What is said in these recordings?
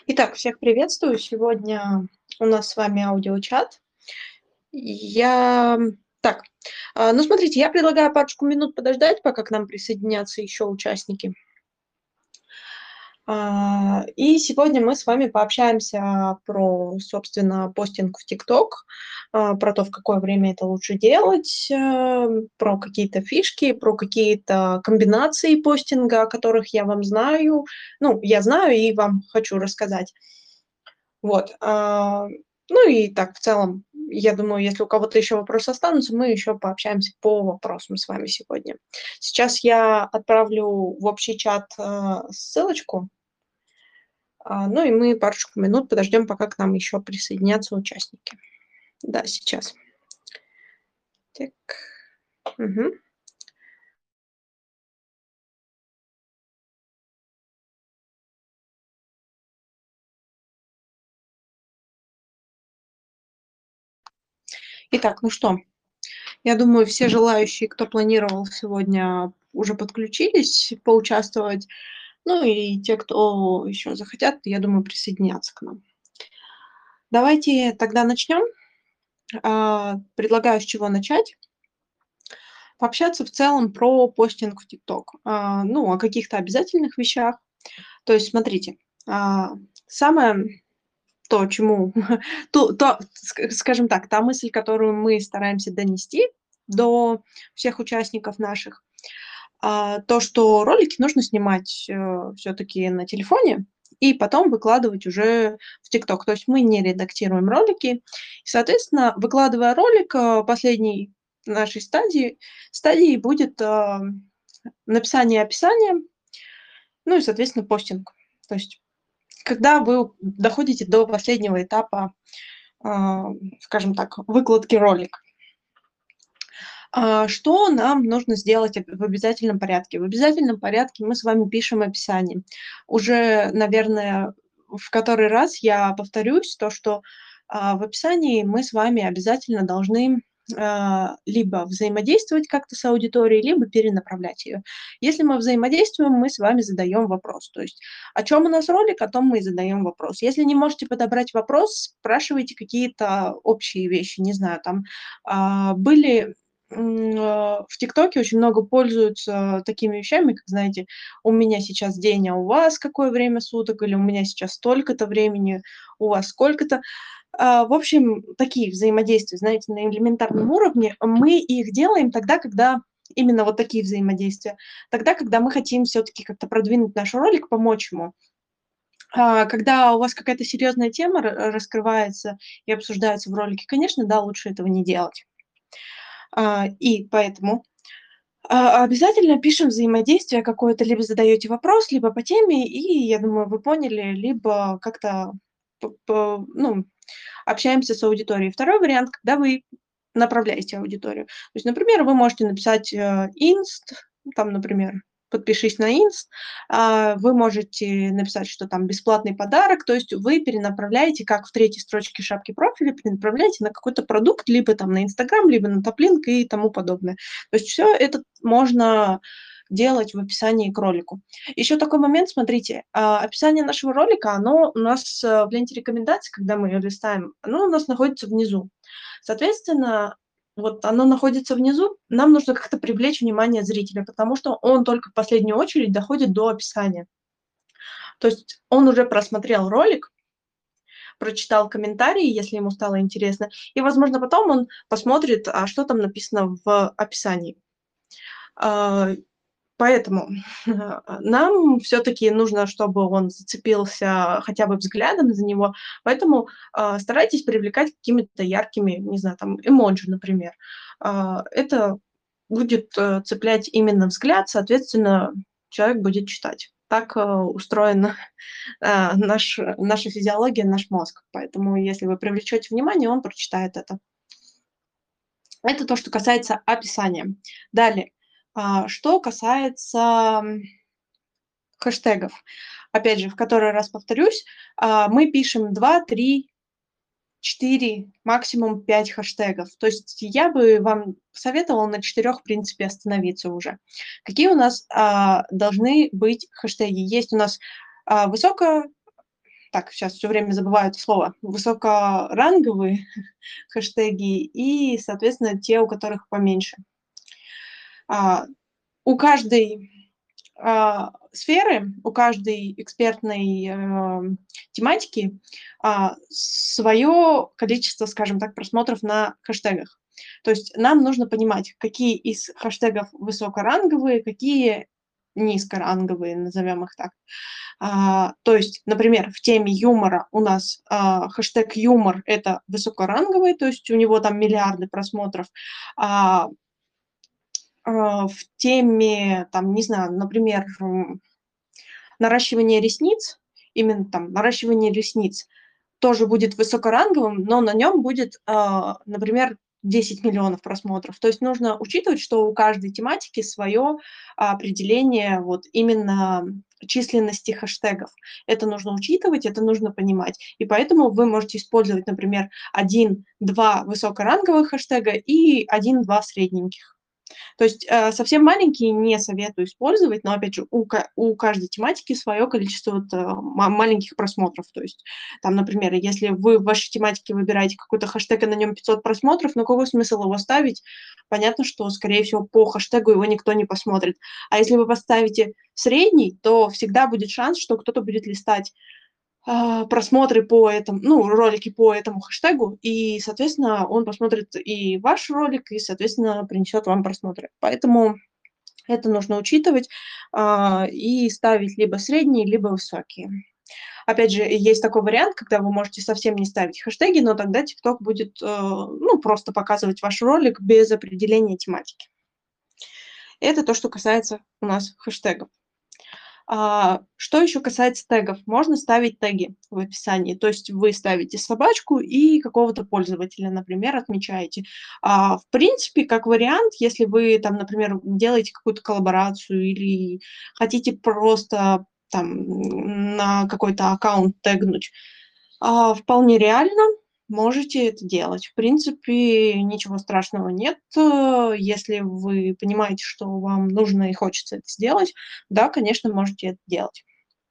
Итак, всех приветствую. Сегодня у нас с вами аудиочат. Я так, ну, смотрите, я предлагаю парочку минут подождать, пока к нам присоединятся еще участники. И сегодня мы с вами пообщаемся про, собственно, постинг в "Тикток", про то, в какое время это лучше делать, про какие-то фишки, про какие-то комбинации постинга, о которых я вам знаю. Ну, я знаю и вам хочу рассказать. Вот, ну и так в целом, я думаю, если у кого-то еще вопросы останутся, мы еще пообщаемся по вопросам с вами сегодня. Сейчас я отправлю в общий чат, ссылочку, ну и мы парочку минут подождем, пока к нам еще присоединятся участники. Да, сейчас. Так. Мгм. Итак, ну что, я думаю, все желающие, кто планировал сегодня, уже подключились поучаствовать. Ну и те, кто еще захотят, я думаю, присоединятся к нам. Давайте тогда начнем. Предлагаю, с чего начать. Пообщаться в целом про постинг в "ТикТок". Ну, о каких-то обязательных вещах. То есть смотрите, а, самое то, чему скажем так, та мысль, которую мы стараемся донести до всех участников наших, то, что ролики нужно снимать, всё-таки на телефоне и потом выкладывать уже в "ТикТок". То есть мы не редактируем ролики. И, соответственно, выкладывая ролик, последней нашей стадией будет, написание описания, ну и, соответственно, постинг. То есть когда вы доходите до последнего этапа, а, скажем так, выкладки ролика. Что нам нужно сделать в обязательном порядке? В обязательном порядке мы с вами пишем описание. Уже, наверное, в который раз я повторюсь, то, что, в описании мы с вами обязательно должны, либо взаимодействовать как-то с аудиторией, либо перенаправлять ее. Если мы взаимодействуем, мы с вами задаем вопрос. То есть о чем у нас ролик, о том мы и задаем вопрос. Если не можете подобрать вопрос, спрашивайте какие-то общие вещи. Не знаю, там, были в "ТикТоке" очень много пользуются такими вещами, как, знаете: "У меня сейчас день, а у вас какое время суток?" Или "У меня сейчас столько-то времени, у вас сколько-то". В общем, такие взаимодействия, знаете, на элементарном уровне. Мы их делаем тогда, когда именно вот такие взаимодействия, тогда, когда мы хотим всё-таки как-то продвинуть наш ролик, помочь ему. Когда у вас какая-то серьезная тема раскрывается и обсуждается в ролике, конечно, да, лучше этого не делать. И поэтому обязательно пишем взаимодействие какое-то, либо задаете вопрос, либо по теме, и, я думаю, вы поняли, либо как-то ну, общаемся с аудиторией. Второй вариант, когда вы направляете аудиторию. То есть, например, вы можете написать, инст, там, например, подпишись на инст, вы можете написать, что там бесплатный подарок, то есть вы перенаправляете, как в третьей строчке шапки профиля, перенаправляете на какой-то продукт, либо там на "Инстаграм", либо на топлинк и тому подобное. То есть все это можно делать в описании к ролику. Еще такой момент, смотрите, описание нашего ролика, оно у нас, в ленте рекомендаций, когда мы ее листаем, оно у нас находится внизу. Соответственно, вот оно находится внизу, нам нужно как-то привлечь внимание зрителя, потому что он только в последнюю очередь доходит до описания. То есть он уже просмотрел ролик, прочитал комментарии, если ему стало интересно, и, возможно, потом он посмотрит, что там написано в описании. А, Поэтому нам все-таки нужно, чтобы он зацепился хотя бы взглядом за него. Поэтому старайтесь привлекать какими-то яркими, не знаю, там, эмоджи, например. Это будет цеплять именно взгляд, соответственно, человек будет читать. Так устроена наша физиология, наш мозг. Поэтому, если вы привлечете внимание, он прочитает это. Это то, что касается описания. Далее, что касается хэштегов. Опять же, в который раз повторюсь, мы пишем 2, 3, 4, максимум 5 хэштегов. То есть я бы вам советовала на 4, в принципе, остановиться уже. Какие у нас должны быть хэштеги? Есть у нас высокая так, сейчас все время забываю это слово, высокоранговые хэштеги и, соответственно, те, у которых поменьше. А, у каждой сферы, у каждой экспертной тематики свое количество, скажем так, просмотров на хэштегах. То есть нам нужно понимать, какие из хэштегов высокоранговые, какие низкоранговые, назовем их так. То есть, например, в теме юмора у нас хэштег юмор это высокоранговый, то есть у него там миллиарды просмотров. А, в теме, там, не знаю, например, наращивание ресниц, именно там наращивание ресниц, тоже будет высокоранговым, но на нем будет, например, 10 миллионов просмотров. То есть нужно учитывать, что у каждой тематики свое определение вот именно численности хэштегов. Это нужно учитывать, это нужно понимать. И поэтому вы можете использовать, например, один-два высокоранговых хэштега и один-два средненьких. То есть, совсем маленькие не советую использовать, но, опять же, у каждой тематики свое количество вот, маленьких просмотров. То есть, там, например, если вы в вашей тематике выбираете какой-то хэштег, и на нем 500 просмотров, ну какой смысл его ставить? Понятно, что, скорее всего, по хэштегу его никто не посмотрит. А если вы поставите средний, то всегда будет шанс, что кто-то будет листать просмотры по этому, ну, ролики по этому хэштегу, и, соответственно, он посмотрит и ваш ролик, и, соответственно, принесет вам просмотры. Поэтому это нужно учитывать и ставить либо средние, либо высокие. Опять же, есть такой вариант, когда вы можете совсем не ставить хэштеги, но тогда TikTok будет, ну, просто показывать ваш ролик без определения тематики. Это то, что касается у нас хэштегов. Что еще касается тегов? Можно ставить теги в описании. То есть вы ставите собачку и какого-то пользователя, например, отмечаете. В принципе, как вариант, если вы там, например, делаете какую-то коллаборацию или хотите просто там на какой-то аккаунт тегнуть, вполне реально, можете это делать. В принципе, ничего страшного нет, если вы понимаете, что вам нужно и хочется это сделать. Да, конечно, можете это делать.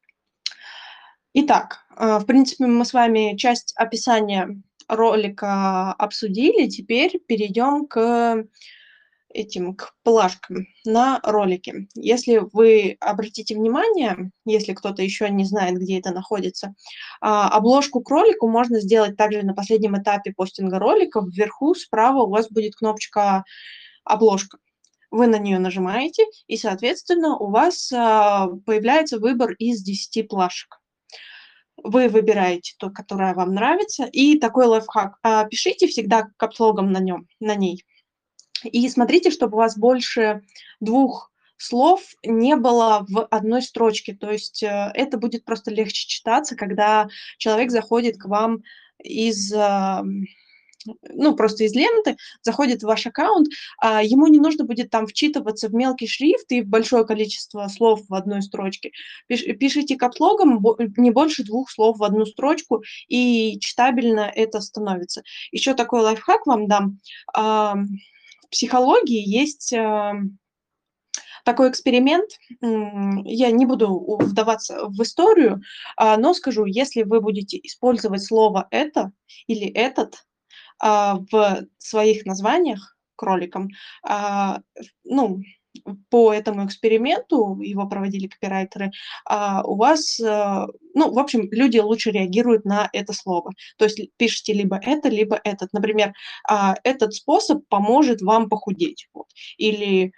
Итак, в принципе, мы с вами часть описания ролика обсудили. Теперь перейдем к к плашкам на ролике. Если вы обратите внимание, если кто-то еще не знает, где это находится, обложку к ролику можно сделать также на последнем этапе постинга ролика. Вверху справа у вас будет кнопочка «Обложка». Вы на нее нажимаете, и, соответственно, у вас появляется выбор из 10 плашек. Вы выбираете ту, которая вам нравится, и такой лайфхак. Пишите всегда капслогом на ней. И смотрите, чтобы у вас больше 2 слов не было в одной строчке. То есть, это будет просто легче читаться, когда человек заходит к вам из, ну, просто из ленты, заходит в ваш аккаунт, ему не нужно будет там вчитываться в мелкий шрифт и в большое количество слов в одной строчке. Пишите капслогом не больше 2 слов в одну строчку, и читабельно это становится. Еще такой лайфхак вам дам. В психологии есть такой эксперимент. Я не буду вдаваться в историю, но скажу, если вы будете использовать слово «это» или «этот» в своих названиях к роликам, ну, по этому эксперименту, его проводили копирайтеры, у вас, ну, в общем, люди лучше реагируют на это слово. То есть пишите либо это, либо этот. Например, этот способ поможет вам похудеть. Вот. Или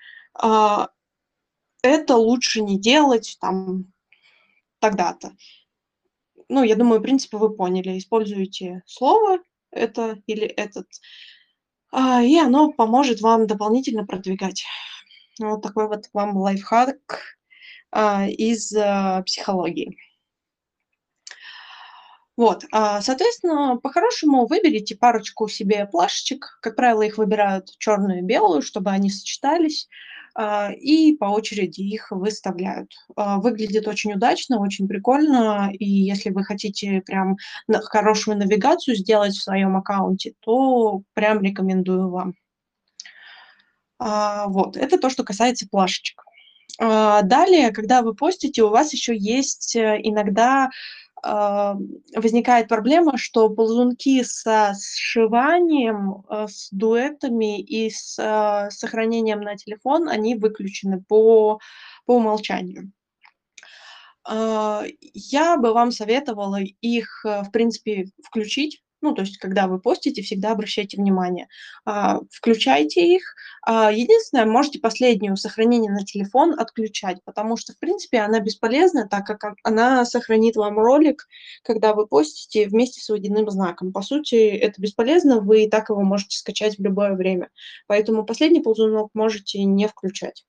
это лучше не делать там тогда-то. Ну, я думаю, в принципе, вы поняли. Используйте слово это или этот, и оно поможет вам дополнительно продвигать. Вот такой вот вам лайфхак из психологии. Вот, соответственно, по-хорошему выберите парочку себе плашечек. Как правило, их выбирают черную и белую, чтобы они сочетались, и по очереди их выставляют. Выглядит очень удачно, очень прикольно, и если вы хотите прям хорошую навигацию сделать в своем аккаунте, то прям рекомендую вам. Вот, это то, что касается плашечек. Далее, когда вы постите, у вас еще есть иногда возникает проблема, что ползунки со сшиванием, с дуэтами и с сохранением на телефон, они выключены по умолчанию. Я бы вам советовала их, в принципе, включить. Ну, то есть, когда вы постите, всегда обращайте внимание. Включайте их. Единственное, можете последнюю сохранение на телефон отключать, потому что, в принципе, она бесполезна, так как она сохранит вам ролик, когда вы постите вместе с водяным знаком. По сути, это бесполезно, вы и так его можете скачать в любое время. Поэтому последний ползунок можете не включать.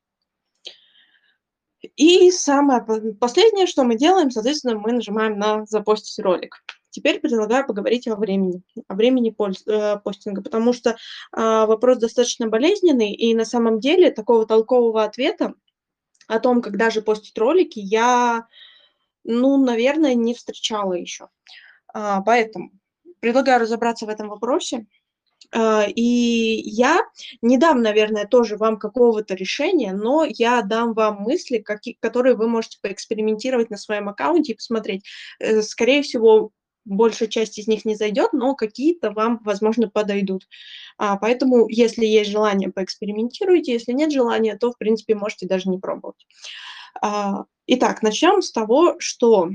И самое последнее, что мы делаем, соответственно, мы нажимаем на «Запостить ролик». Теперь предлагаю поговорить о времени постинга, потому что вопрос достаточно болезненный, и на самом деле такого толкового ответа о том, когда же постить ролики, я, ну, наверное, не встречала еще. Поэтому предлагаю разобраться в этом вопросе. И я не дам, наверное, тоже вам какого-то решения, но я дам вам мысли, которые вы можете поэкспериментировать на своем аккаунте и посмотреть. Скорее всего, большая часть из них не зайдет, но какие-то вам, возможно, подойдут. Поэтому, если есть желание, поэкспериментируйте. Если нет желания, то, в принципе, можете даже не пробовать. Итак, начнем с того, что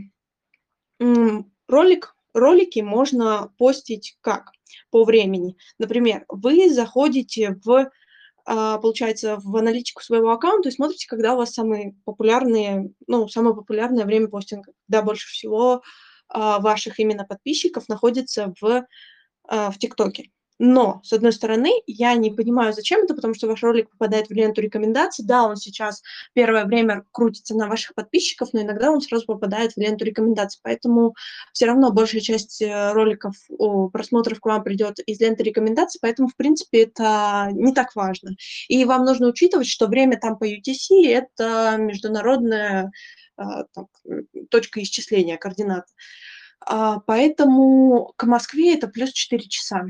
ролики можно постить как? По времени. Например, вы заходите получается, в аналитику своего аккаунта и смотрите, когда у вас самое популярное время постинга, когда больше всего ваших именно подписчиков находится в ТикТоке. Но, с одной стороны, я не понимаю, зачем это, потому что ваш ролик попадает в ленту рекомендаций. Да, он сейчас первое время крутится на ваших подписчиков, но иногда он сразу попадает в ленту рекомендаций. Поэтому все равно большая часть роликов, просмотров к вам придет из ленты рекомендаций, поэтому, в принципе, это не так важно. И вам нужно учитывать, что время там по UTC – это международная точка исчисления координат. Поэтому к Москве это плюс 4 часа.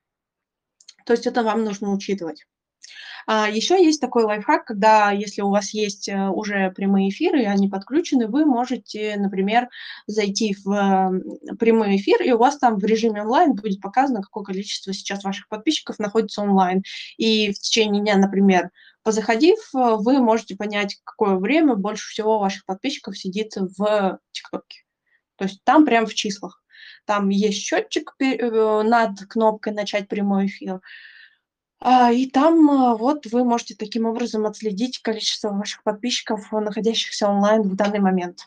То есть это вам нужно учитывать. Еще есть такой лайфхак, когда, если у вас есть уже прямые эфиры, они подключены, вы можете, например, зайти в прямой эфир, и у вас там в режиме онлайн будет показано, какое количество сейчас ваших подписчиков находится онлайн. И в течение дня, например, позаходив, вы можете понять, какое время больше всего ваших подписчиков сидит в ТикТоке. То есть там прям в числах. Там есть счетчик над кнопкой «Начать прямой эфир». И там вот вы можете таким образом отследить количество ваших подписчиков, находящихся онлайн в данный момент.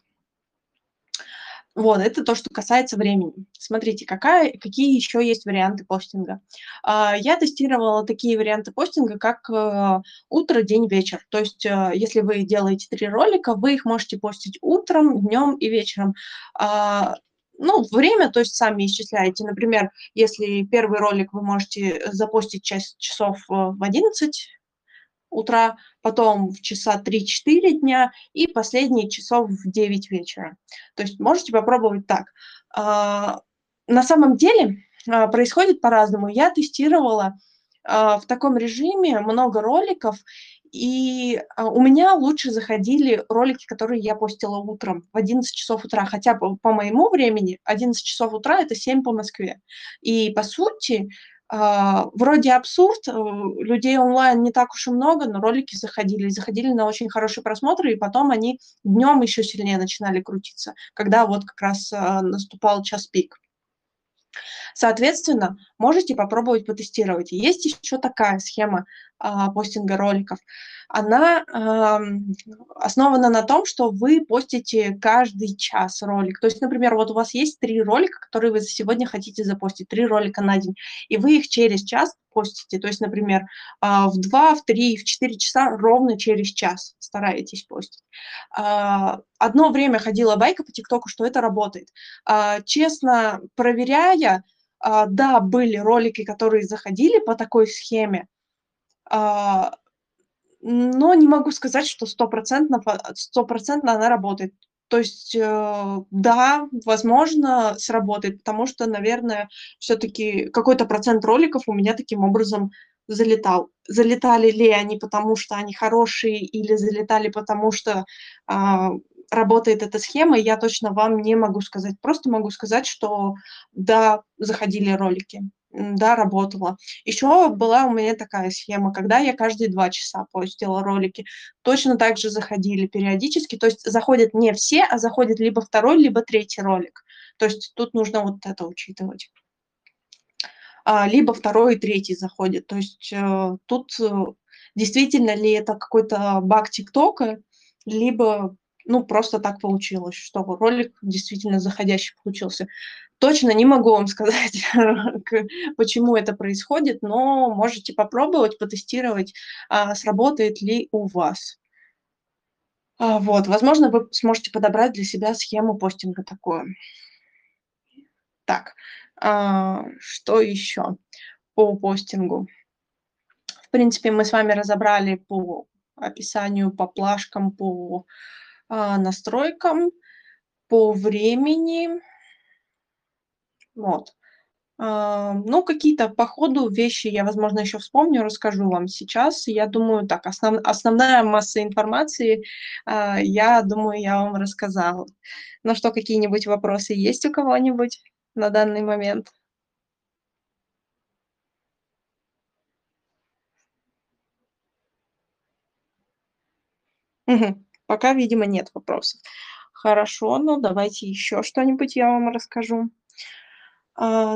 Вот, это то, что касается времени. Смотрите, какие еще есть варианты постинга. Я тестировала такие варианты постинга, как утро, день, вечер. То есть, если вы делаете 3 ролика, вы их можете постить утром, днем и вечером. Время, то есть сами исчисляете. Например, если первый ролик вы можете запостить часов в 11 утра, потом в часа 3-4 дня и последние часов в 9 вечера. То есть можете попробовать так. На самом деле происходит по-разному. Я тестировала в таком режиме много роликов, и у меня лучше заходили ролики, которые я постила утром, в 11 часов утра. Хотя по моему времени 11 часов утра – это 7 по Москве. И, по сути, вроде абсурд, людей онлайн не так уж и много, но ролики заходили на очень хорошие просмотры, и потом они днем еще сильнее начинали крутиться, когда вот как раз наступал час пик. Соответственно, можете попробовать потестировать. Есть еще такая схема постинга роликов. Она основана на том, что вы постите каждый час ролик. То есть, например, вот у вас есть 3 ролика, которые вы сегодня хотите запостить, 3 ролика на день, и вы их через час постите. То есть, например, в 2, в 3, в 4 часа ровно через час стараетесь постить. Одно время ходила байка по ТикТоку, что это работает. Честно проверяя, да, были ролики, которые заходили по такой схеме, но не могу сказать, что стопроцентно она работает. То есть, да, возможно, сработает, потому что, наверное, все-таки какой-то процент роликов у меня таким образом залетал. Залетали ли они, потому что они хорошие, или залетали, потому что работает эта схема, я точно вам не могу сказать. Просто могу сказать, что да, заходили ролики, да, работало. Еще была у меня такая схема, когда я каждые 2 часа постила ролики, точно так же заходили периодически. То есть заходят не все, а заходит либо второй, либо третий ролик. То есть тут нужно вот это учитывать. Либо второй и третий заходит. То есть, тут, действительно ли это какой-то баг "Тиктока", либо, ну, просто так получилось, что ролик действительно заходящий получился. Точно не могу вам сказать, почему это происходит, но можете попробовать, потестировать, сработает ли у вас. Вот, возможно, вы сможете подобрать для себя схему постинга такую. Так, что еще по постингу? В принципе, мы с вами разобрали по описанию, по плашкам, по, настройкам, по времени. Вот. Ну, какие-то по ходу вещи я, возможно, еще вспомню, расскажу вам сейчас. Я думаю, так, основная масса информации, я думаю, я вам рассказала. Ну что, какие-нибудь вопросы есть у кого-нибудь на данный момент? Мгм. Пока, видимо, нет вопросов. Хорошо, ну давайте еще что-нибудь я вам расскажу. А,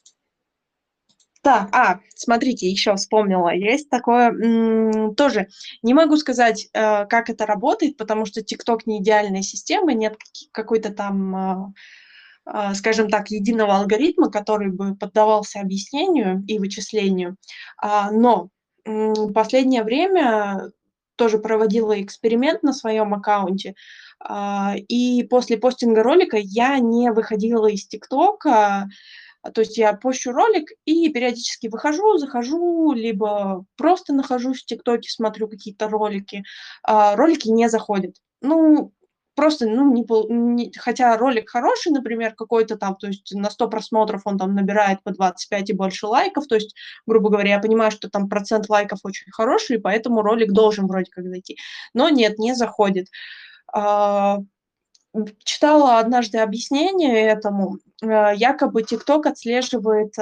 так, смотрите, еще вспомнила. Есть такое, тоже не могу сказать, как это работает, потому что "Тикток" не идеальная система, нет какой-то там, скажем так, единого алгоритма, который бы поддавался объяснению и вычислению. Но, последнее время тоже проводила эксперимент на своем аккаунте, и после постинга ролика я не выходила из "Тиктока". То есть я пощу ролик и периодически выхожу, захожу, либо просто нахожусь в "ТикТоке", смотрю какие-то ролики. Ролики не заходят. Ну, просто, ну, не хотя ролик хороший, например, какой-то там, то есть на 100 просмотров он там набирает по 25 и больше лайков. То есть, грубо говоря, я понимаю, что там процент лайков очень хороший, поэтому ролик должен вроде как зайти. Но нет, не заходит. А Читала однажды объяснение этому. Якобы "ТикТок" отслеживает,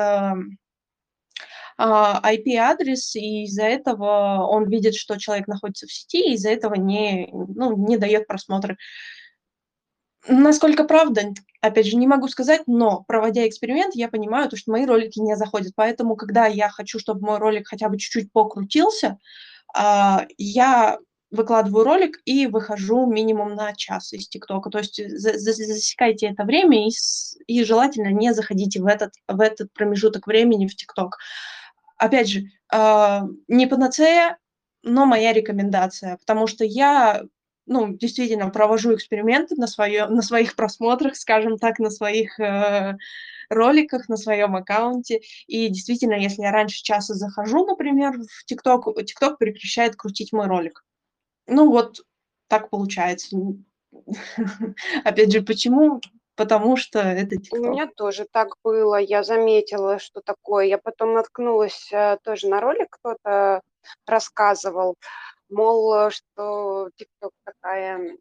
IP-адрес, и из-за этого он видит, что человек находится в сети, и из-за этого не дает просмотры. Насколько правда, опять же, не могу сказать, но, проводя эксперимент, я понимаю, то, что мои ролики не заходят. Поэтому, когда я хочу, чтобы мой ролик хотя бы чуть-чуть покрутился, я выкладываю ролик и выхожу минимум на час из "ТикТока". То есть засекайте это время и желательно не заходите в этот промежуток времени в "ТикТок". Опять же, не панацея, но моя рекомендация, потому что я, ну, действительно провожу эксперименты на своих просмотрах, скажем так, на своих, роликах, на своем аккаунте. И действительно, если я раньше часа захожу, например, в "ТикТок", прекращает крутить мой ролик. Ну, вот так получается. Опять же, почему? Потому что это У меня "ТикТок". тоже так было. Я заметила, что такое. Я потом наткнулась, тоже на ролик, кто-то рассказывал, мол, что "Тикток" такая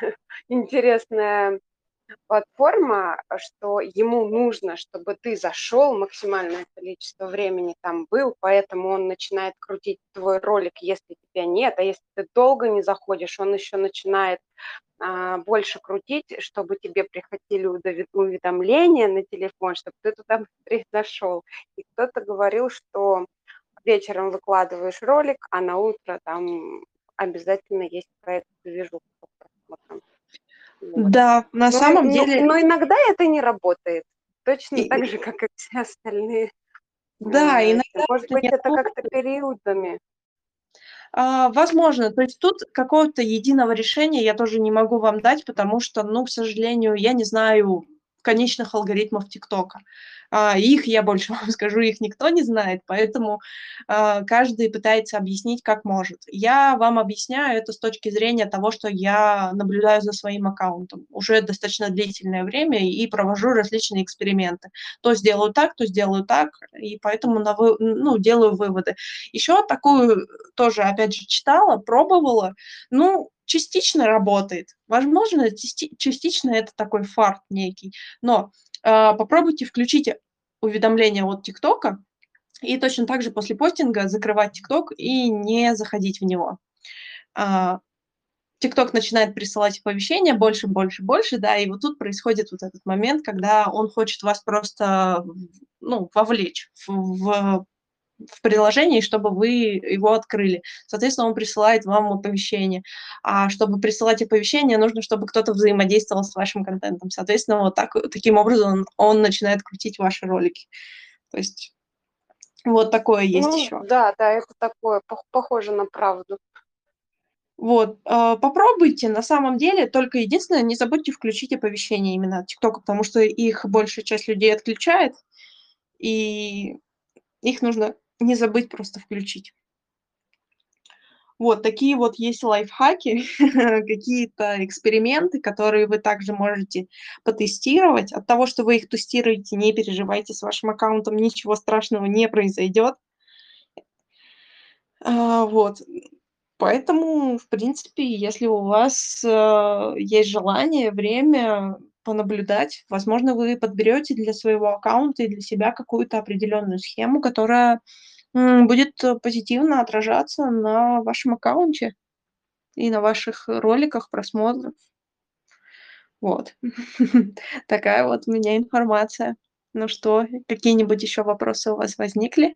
интересная платформа, что ему нужно, чтобы ты зашел, максимальное количество времени там был, поэтому он начинает крутить твой ролик, если тебя нет. А если ты долго не заходишь, он еще начинает больше крутить, чтобы тебе приходили уведомления на телефон, чтобы ты туда быстрее зашел. И кто-то говорил, что вечером выкладываешь ролик, а на утро там обязательно есть какая-то движуха по просмотрам. Вот. Да, на Но, и- самом ну, деле, но иногда это не работает. Точно и так же, как и все остальные. да, иногда Может это быть, не это как-то работает. периодами. Возможно, то есть тут какого-то единого решения я тоже не могу вам дать, потому что, ну, к сожалению, я не знаю конечных алгоритмов "ТикТока". Их, я больше вам скажу, их никто не знает, поэтому, каждый пытается объяснить как может. Я вам объясняю это с точки зрения того, что я наблюдаю за своим аккаунтом уже достаточно длительное время и провожу различные эксперименты. То сделаю так, и поэтому делаю выводы. Еще такую тоже, опять же, читала, пробовала. Ну, частично работает. Возможно, частично это такой фарт некий, но попробуйте включить уведомления от ТикТока и точно так же после постинга закрывать ТикТок и не заходить в него. А, "Тикток" начинает присылать оповещения больше, больше, больше, да, и вот тут происходит вот этот момент, когда он хочет вас просто, ну, вовлечь в приложение, чтобы вы его открыли. Соответственно, он присылает вам оповещение. А чтобы присылать оповещения, нужно, чтобы кто-то взаимодействовал с вашим контентом. Соответственно, вот таким образом он начинает крутить ваши ролики. То есть вот такое есть Ну еще. да, да, это такое похоже на правду. Вот, попробуйте, на самом деле, только единственное, не забудьте включить оповещения именно от "ТикТока", потому что их большая часть людей отключает, и их нужно не забыть просто включить. Вот такие вот есть лайфхаки, какие-то эксперименты, которые вы также можете потестировать. От того, что вы их тестируете, не переживайте, с вашим аккаунтом ничего страшного не произойдет. Вот. Поэтому, в принципе, если у вас, есть желание, время понаблюдать, возможно, вы подберете для своего аккаунта и для себя какую-то определенную схему, которая, будет, позитивно отражаться на вашем аккаунте и на ваших роликах, просмотрах. Вот. Такая вот у меня информация. Ну что, какие-нибудь еще вопросы у вас возникли?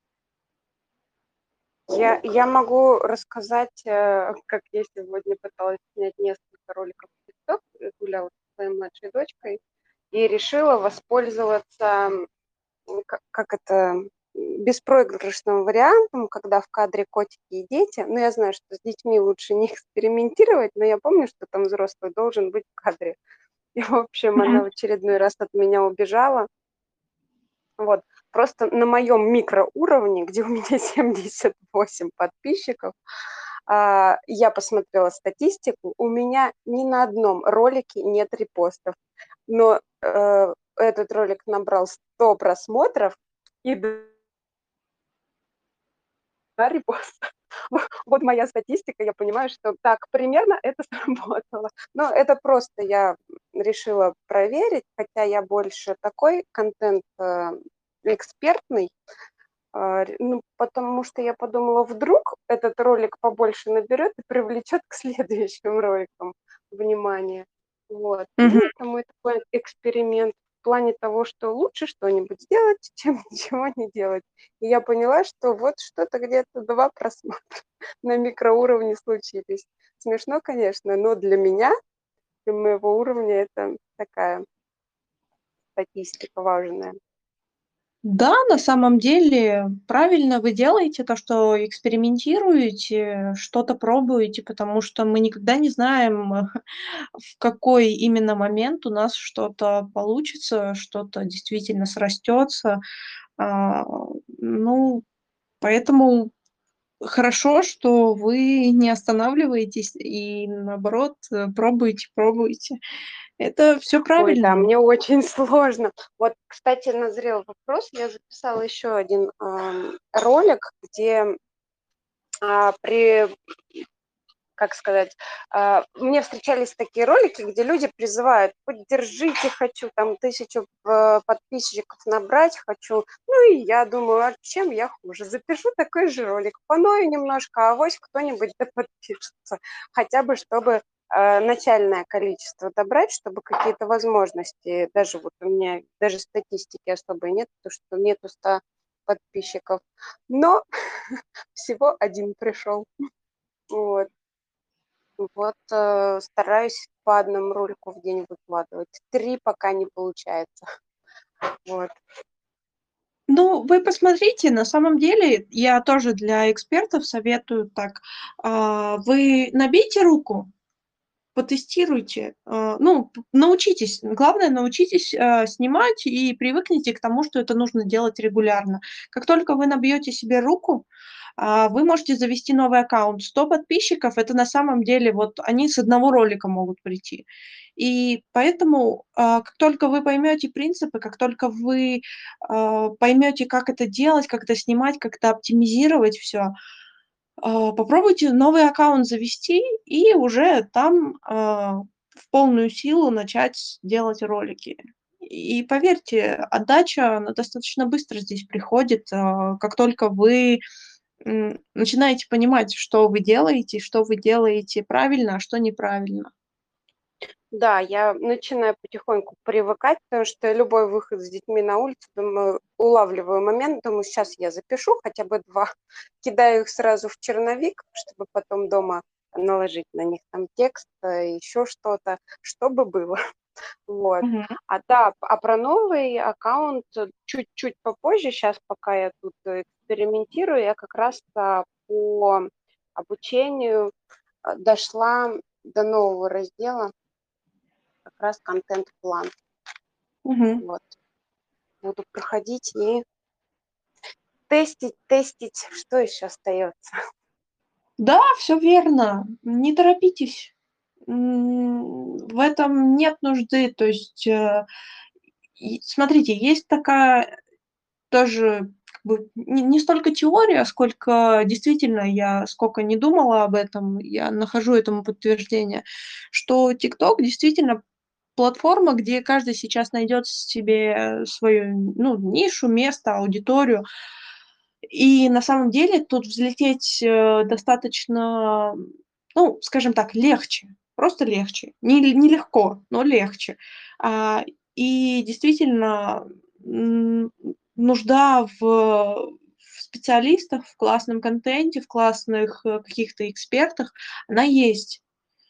Я могу рассказать, как я сегодня пыталась снять несколько роликов в TikTok, гуляла со своей младшей дочкой и решила воспользоваться, как это, беспроигрышным вариантом, когда в кадре котики и дети. Ну, я знаю, что с детьми лучше не экспериментировать, но я помню, что там взрослый должен быть в кадре. И, в общем, она в Мгм. очередной раз от меня убежала. Вот. Просто на моем микроуровне, где у меня 78 подписчиков, я посмотрела статистику, у меня ни на одном ролике нет репостов, но этот ролик набрал 100 просмотров и 2 репоста. Вот моя статистика, я понимаю, что так, примерно это сработало. Но это просто я решила проверить, хотя я больше такой контент экспертный, ну, потому что я подумала, вдруг этот ролик побольше наберет и привлечет к следующим роликам внимание. Вот. Мгм. И это мой такой эксперимент в плане того, что лучше что-нибудь сделать, чем ничего не делать. И я поняла, что вот что-то где-то 2 просмотра на микроуровне случились. Смешно, конечно, но для меня, для моего уровня, это такая статистика важная. Да, на самом деле правильно вы делаете то, что экспериментируете, что-то пробуете, потому что мы никогда не знаем, в какой именно момент у нас что-то получится, что-то действительно срастется. А, ну, поэтому хорошо, что вы не останавливаетесь и, наоборот, пробуете, пробуете. Это все Ой, да, правильно. мне очень сложно. Вот, кстати, назрел вопрос. Я записала еще один ролик, где при, как сказать, мне встречались такие ролики, где люди призывают: поддержите, хочу там 1000 подписчиков набрать, хочу. Ну и я думаю, а чем я хуже? Запишу такой же ролик, поною немножко, а авось кто-нибудь да подпишется. Хотя бы, чтобы начальное количество добрать, чтобы какие-то возможности, даже вот у меня даже статистики особой нет, потому что нету 100 подписчиков, но всего один пришел. Вот. Вот, стараюсь по одному ролику в день выкладывать. 3 пока не получается. Вот. Ну, вы посмотрите, на самом деле, я тоже для экспертов советую так: вы набейте руку, потестируйте, ну, научитесь. Главное, научитесь, снимать и привыкните к тому, что это нужно делать регулярно. Как только вы набьете себе руку, вы можете завести новый аккаунт. 100 подписчиков — это на самом деле вот они с одного ролика могут прийти. И поэтому, как только вы поймете принципы, как только вы, поймете, как это делать, как это снимать, как это оптимизировать все, попробуйте новый аккаунт завести и уже там, в полную силу начать делать ролики. И поверьте, отдача, она достаточно быстро здесь приходит, как только вы, начинаете понимать, что вы делаете правильно, а что неправильно. Да, я начинаю потихоньку привыкать, потому что любой выход с детьми на улицу, думаю, улавливаю момент, думаю, сейчас я запишу хотя бы 2, кидаю их сразу в черновик, чтобы потом дома наложить на них там текст, еще что-то, чтобы было. Вот. Мгм. Да, про новый аккаунт чуть-чуть попозже. Сейчас, пока я тут экспериментирую, я как раз по обучению дошла до нового раздела, как раз контент-план. Мгм. Вот. Буду проходить и тестить, что еще остается. Да, все верно. Не торопитесь. В этом нет нужды. То есть, и смотрите, есть такая тоже как бы не столько теория, сколько действительно я сколько не думала об этом, я нахожу этому подтверждение, что "Тикток" действительно платформа, где каждый сейчас найдет себе свою, ну, нишу, место, аудиторию. И на самом деле тут взлететь, достаточно, ну, скажем так, легче, просто легче. Не легко, но легче. А, и действительно, нужда в специалистах, в классном контенте, в классных, каких-то экспертах, она есть.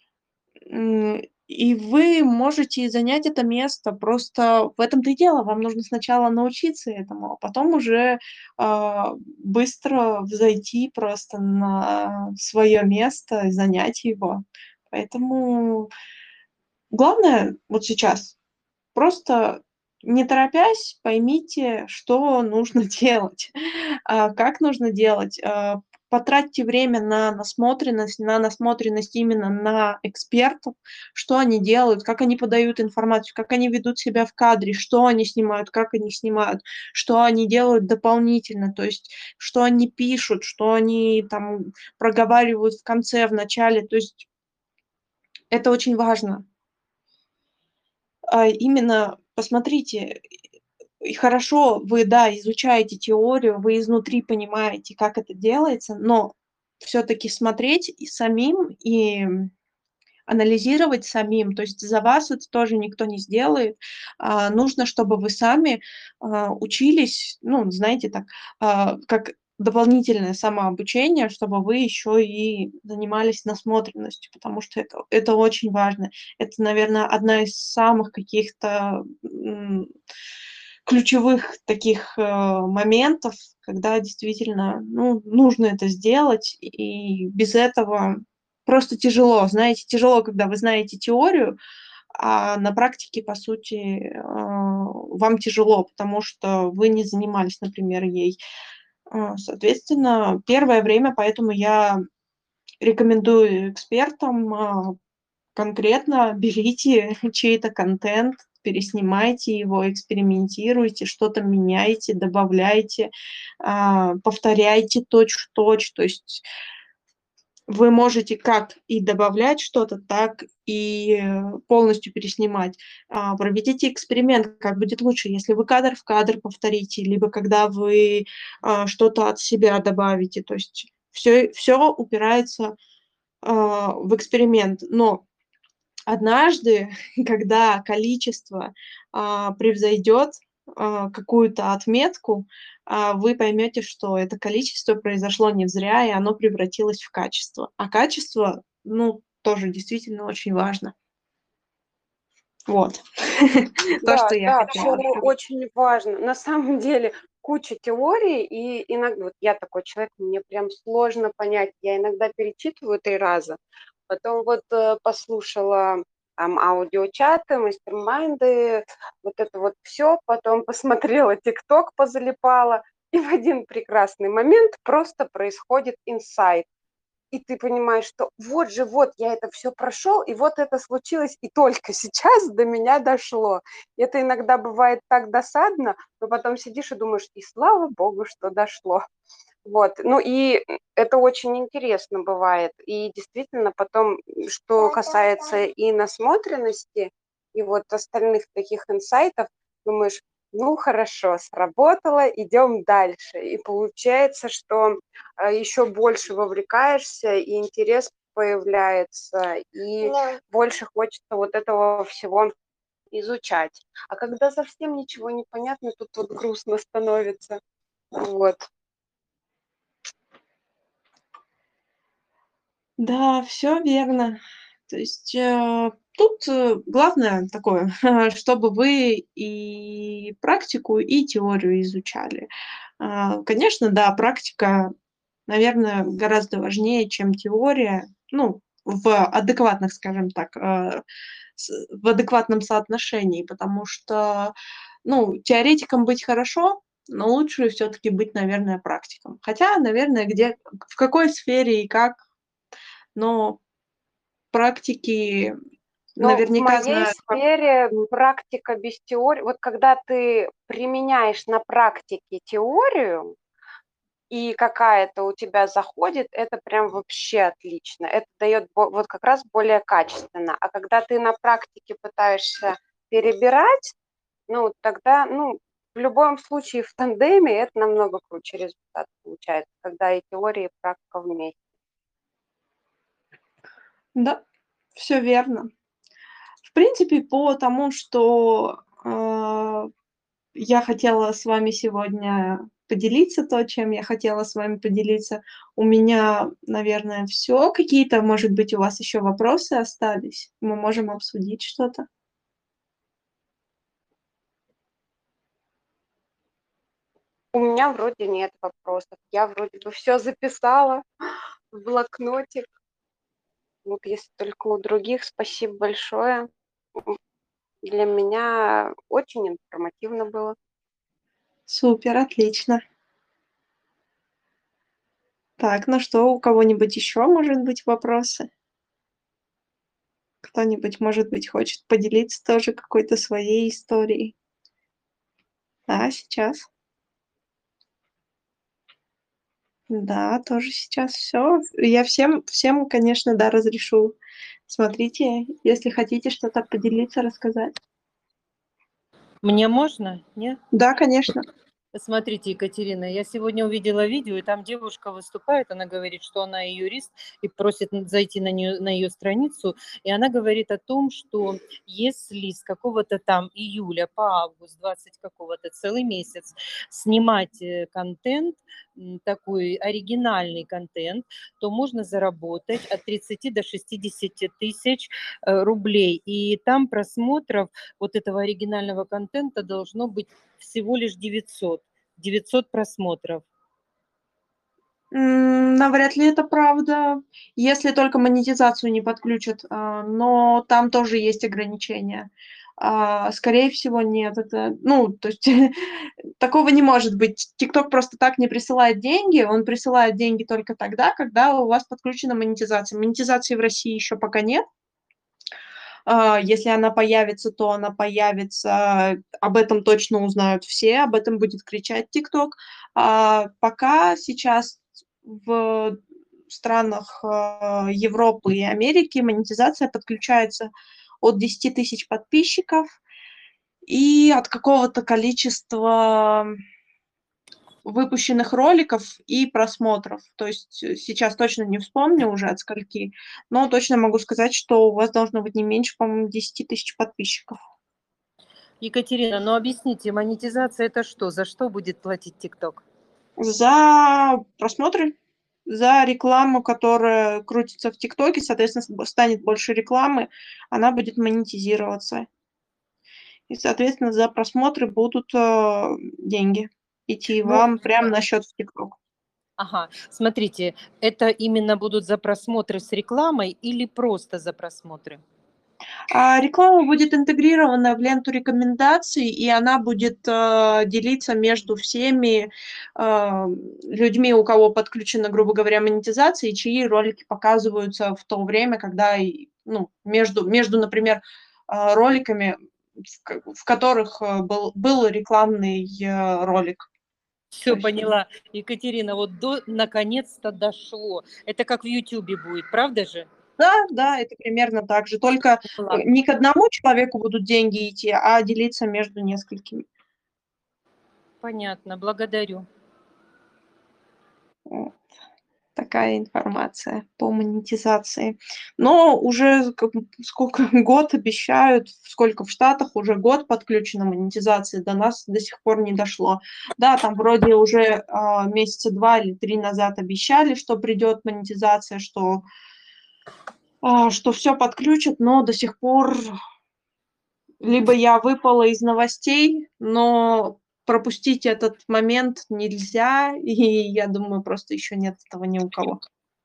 И вы можете занять это место. Просто в этом-то и дело. Вам нужно сначала научиться этому, а потом уже, быстро взойти просто на свое место и занять его. Поэтому главное вот сейчас просто, не торопясь, поймите, что нужно делать, как нужно делать. Потратьте время на насмотренность именно на экспертов, что они делают, как они подают информацию, как они ведут себя в кадре, что они снимают, как они снимают, что они делают дополнительно, то есть что они пишут, что они там проговаривают в конце, в начале. То есть это очень важно. Именно посмотрите, и хорошо, вы, да, изучаете теорию, вы изнутри понимаете, как это делается, но все таки смотреть и самим, и анализировать самим. То есть за вас это тоже никто не сделает. Нужно, чтобы вы сами, учились, ну, знаете, так, как дополнительное самообучение, чтобы вы еще и занимались насмотренностью, потому что это очень важно. Это, наверное, одна из самых каких-то, ключевых таких, моментов, когда действительно, ну, нужно это сделать, и без этого просто тяжело. Знаете, тяжело, когда вы знаете теорию, а на практике, по сути, вам тяжело, потому что вы не занимались, например, ей. Соответственно, первое время, поэтому я рекомендую экспертам, конкретно берите чей-то контент, переснимайте его, экспериментируйте, что-то меняйте, добавляйте, повторяйте точь-в-точь. То есть вы можете как и добавлять что-то, так и, полностью переснимать. Проведите эксперимент, как будет лучше, если вы кадр в кадр повторите, либо когда вы, что-то от себя добавите. То есть все упирается, в эксперимент. Но однажды, когда количество, превзойдет, какую-то отметку, вы поймете, что это количество произошло не зря, и оно превратилось в качество. А качество, ну, тоже действительно очень важно. Вот. То, Да, что я да, все хотела сказать. очень важно. На самом деле куча теорий, и иногда вот я такой человек, мне прям сложно понять. Я иногда перечитываю 3 раза, потом вот, послушала там аудиочаты, мастер-майнды, вот это вот все, потом посмотрела "Тикток", позалипала, и в один прекрасный момент просто происходит инсайт. И ты понимаешь, что вот же, вот я это все прошел, и вот это случилось, и только сейчас до меня дошло. И это иногда бывает так досадно, но потом сидишь и думаешь: "И слава богу, что дошло". Вот, ну и это очень интересно бывает. И действительно потом, что касается и насмотренности, и вот остальных таких инсайтов, думаешь, ну хорошо, сработало, идем дальше. И получается, что еще больше вовлекаешься, и интерес появляется, и больше хочется вот этого всего изучать. А когда совсем ничего не понятно, тут вот грустно становится. Вот. Да, все верно. То есть, тут, главное такое, чтобы вы и практику, и теорию изучали. Конечно, да, практика, наверное, гораздо важнее, чем теория. Ну, в адекватных, скажем так, в адекватном соотношении, потому что, ну, теоретиком быть хорошо, но лучше все таки быть, наверное, практиком. Хотя, наверное, где, в какой сфере и как, но практики Но в наверняка моей знают сфере практика без теории, вот когда ты применяешь на практике теорию, и какая-то у тебя заходит, это прям вообще отлично. Это дает вот как раз более качественно. А когда ты на практике пытаешься перебирать, ну, тогда, ну, в любом случае в тандеме это намного круче результат получается, когда и теория, и практика вместе. Да, все верно. В принципе, по тому, что, я хотела с вами сегодня поделиться, то, чем я хотела с вами поделиться, у меня, наверное, все. Какие-то, может быть, у вас еще вопросы остались? Мы можем обсудить что-то. У меня вроде нет вопросов. Я вроде бы все записала в блокнотик. Вот если только у других, спасибо большое. Для меня очень информативно было. Супер, отлично. Так, ну что, у кого-нибудь еще, может быть, вопросы? Кто-нибудь, может быть, хочет поделиться тоже какой-то своей историей? Сейчас. Да, тоже сейчас все. Я всем, конечно, да, разрешу. Смотрите, если хотите что-то поделиться, рассказать. Мне можно? Нет? Да, конечно. Смотрите, Екатерина, я сегодня увидела видео, и там девушка выступает, она говорит, что она юрист, и просит зайти на нее, на ее страницу, и она говорит о том, что если с какого-то там июля по август 20 какого-то целый месяц снимать контент, такой оригинальный контент, то можно заработать от 30 до 60 тысяч рублей. И там просмотров вот этого оригинального контента должно быть всего лишь 900 просмотров. Навряд ли это правда, если только монетизацию не подключат, но там тоже есть ограничения. Скорее всего, нет. Это, ну, то есть такого не может быть. "Тикток" просто так не присылает деньги. Он присылает деньги только тогда, когда у вас подключена монетизация. Монетизации в России еще пока нет. Если она появится, то она появится, об этом точно узнают все, об этом будет кричать "ТикТок". Пока сейчас в странах, Европы и Америки монетизация подключается от 10 000 подписчиков и от какого-то количества выпущенных роликов и просмотров. То есть, сейчас точно не вспомню уже от скольки, но точно могу сказать, что у вас должно быть не меньше, по-моему, 10 000 подписчиков. Екатерина, ну объясните, монетизация это что? За что будет платить ТикТок? За просмотры, за рекламу, которая крутится в "ТикТоке", соответственно, станет больше рекламы, она будет монетизироваться. И, соответственно, за просмотры будут, деньги идти Ну, вам прямо на счет в "ТикТок". ага, смотрите, это именно будут за просмотры с рекламой или просто за просмотры? Реклама будет интегрирована в ленту рекомендаций, и она будет, делиться между всеми, людьми, у кого подключена, грубо говоря, монетизация, и чьи ролики показываются в то время, когда ну, между, например, роликами, в которых, был рекламный, ролик. Все поняла. Екатерина, вот наконец-то дошло. Это как в Ютубе будет, правда же? Да, это примерно так же. Только Поняла. не к одному человеку будут деньги идти, а делиться между несколькими. Понятно, благодарю. Вот. Такая информация по монетизации. Но уже сколько год обещают, сколько в Штатах уже год подключена монетизация, до нас до сих пор не дошло. Да, там вроде уже месяца 2 или 3 назад обещали, что придет монетизация, что все подключат, но до сих пор либо я выпала из новостей, но пропустить этот момент нельзя, и я думаю, просто еще нет этого ни у кого.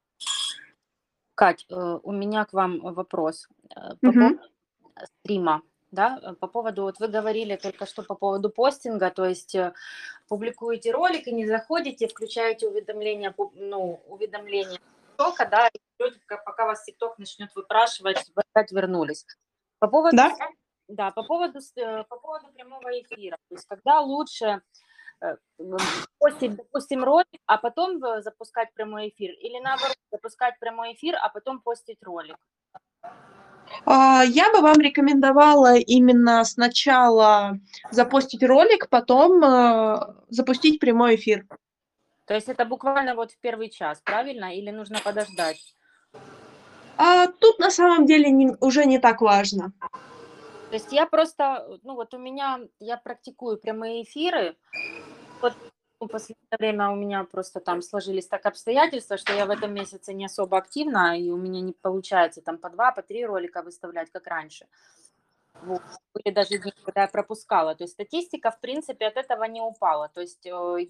Кать, у меня к вам вопрос по Мгм. поводу стрима, да, по поводу, вот вы говорили только что по поводу постинга, то есть публикуете ролик и не заходите, включаете уведомления, уведомления ТикТока, да, и ждете, пока вас ТикТок начнет выпрашивать, вы опять вернулись. По поводу, Да? да, по поводу прямого эфира, то есть когда лучше постить, допустим, ролик, а потом запускать прямой эфир, или наоборот, запускать прямой эфир, а потом постить ролик? Я бы вам рекомендовала именно сначала запостить ролик, потом запустить прямой эфир. То есть это буквально вот в первый час, правильно? Или нужно подождать? Тут на самом деле уже не так важно. То есть я просто, вот у меня, я практикую прямые эфиры. Вот в последнее время у меня просто там сложились так обстоятельства, что я в этом месяце не особо активна, и у меня не получается там по 2, по 3 ролика выставлять, как раньше. Вот. Были даже дни, когда я пропускала. То есть статистика, в принципе, от этого не упала. То есть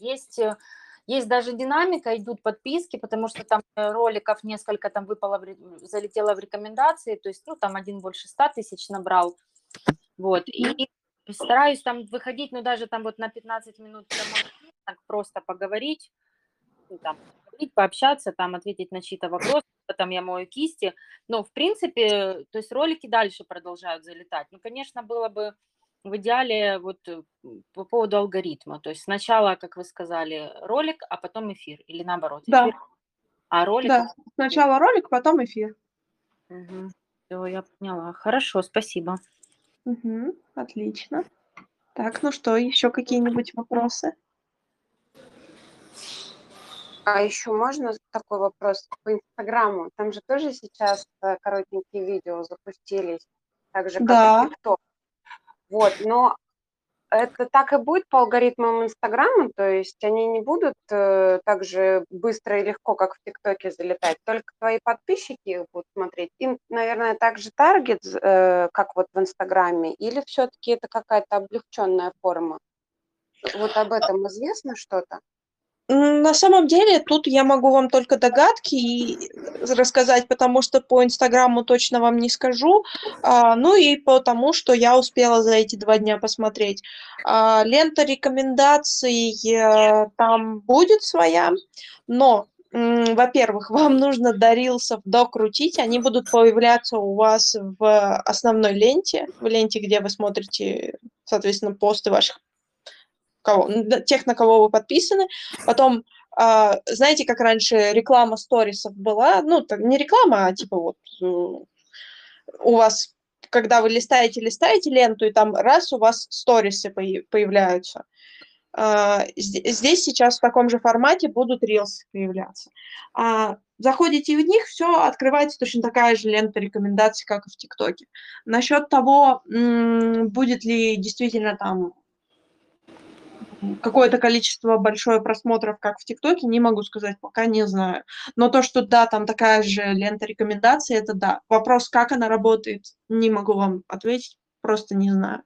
есть даже динамика, идут подписки, потому что там роликов несколько там залетело в рекомендации, то есть, там один больше 100 тысяч набрал. Вот, и стараюсь там выходить, даже там вот на 15 минут так просто поговорить, пообщаться, там ответить на чьи-то вопросы, потом я мою кисти. Но, в принципе, то есть ролики дальше продолжают залетать. Конечно, было бы в идеале вот по поводу алгоритма. То есть сначала, как вы сказали, ролик, а потом эфир. Или наоборот, Да, эфир, а ролик... да. Сначала ролик, потом эфир. Угу. Все, я поняла. Хорошо, спасибо. Угу, отлично. Так, ну что, еще какие-нибудь вопросы? А еще можно такой вопрос по Инстаграму? Там же тоже сейчас коротенькие видео запустились, так же, как Да. и ТикТок. Вот, но это так и будет по алгоритмам Инстаграма, то есть они не будут так же быстро и легко, как в ТикТоке, залетать, только твои подписчики их будут смотреть. Им, наверное, также таргет, как вот в Инстаграме, или все-таки это какая-то облегченная форма? Вот об этом известно что-то? На самом деле, тут я могу вам только догадки рассказать, потому что по Инстаграму точно вам не скажу, ну и потому, что я успела за эти 2 дня посмотреть. Лента рекомендаций там будет своя, но, во-первых, вам нужно до рилсов докрутить, они будут появляться у вас в основной ленте, в ленте, где вы смотрите, соответственно, посты ваших тех, на кого вы подписаны. Потом, знаете, как раньше реклама сторисов была? Не реклама, а типа вот у вас, когда вы листаете ленту, и там раз у вас сторисы появляются. Здесь сейчас в таком же формате будут рилсы появляться. Заходите в них, все, открывается точно такая же лента рекомендаций, как и в ТикТоке. Насчет того, будет ли действительно там какое-то количество большое просмотров, как в ТикТоке, не могу сказать, пока не знаю. Но то, что да, там такая же лента рекомендаций, это да. Вопрос, как она работает, не могу вам ответить, просто не знаю.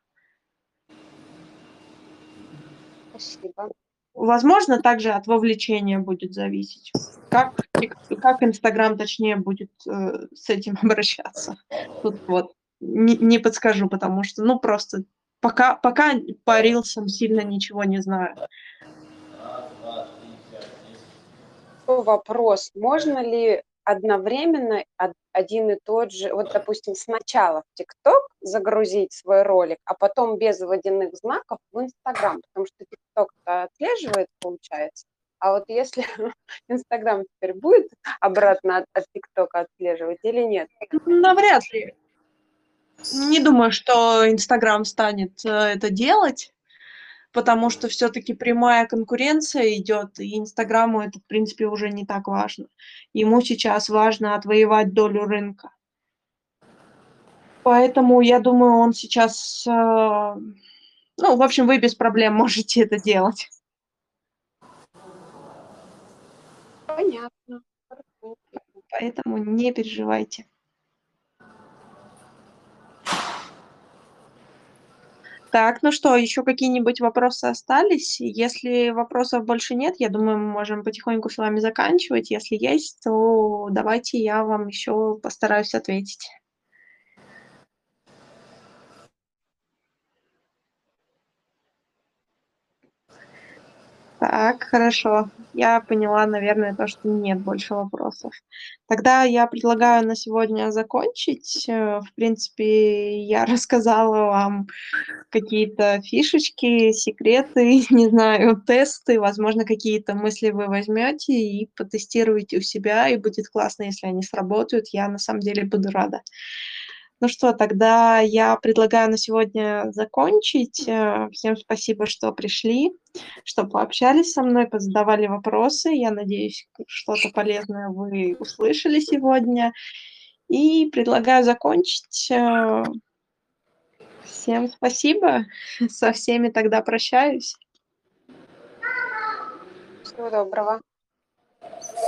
Спасибо. Возможно, также от вовлечения будет зависеть. Как Инстаграм, точнее, будет с этим обращаться. Тут вот не подскажу, потому что, просто пока по рилсам сильно ничего не знаю. Вопрос, можно ли одновременно один и тот же, вот, допустим, сначала в ТикТок загрузить свой ролик, а потом без водяных знаков в Инстаграм, потому что ТикТок-то отслеживает, получается. А вот если Инстаграм теперь будет обратно от ТикТока отслеживать или нет? Навряд ли. Не думаю, что Инстаграм станет это делать, потому что все-таки прямая конкуренция идет, и Инстаграму это, в принципе, уже не так важно. Ему сейчас важно отвоевать долю рынка. Поэтому я думаю, он сейчас, ну, в общем, вы без проблем можете это делать. Понятно. Хорошо. Поэтому не переживайте. Так, ну что, еще какие-нибудь вопросы остались? Если вопросов больше нет, я думаю, мы можем потихоньку с вами заканчивать. Если есть, то давайте я вам еще постараюсь ответить. Так, хорошо. Я поняла, наверное, то, что нет больше вопросов. Тогда я предлагаю на сегодня закончить. В принципе, я рассказала вам какие-то фишечки, секреты, не знаю, тесты. Возможно, какие-то мысли вы возьмете и потестируете у себя, и будет классно, если они сработают. Я на самом деле буду рада. Ну что, тогда я предлагаю на сегодня закончить. Всем спасибо, что пришли, что пообщались со мной, позадавали вопросы. Я надеюсь, что-то полезное вы услышали сегодня. И предлагаю закончить. Всем спасибо. Со всеми тогда прощаюсь. Всего доброго.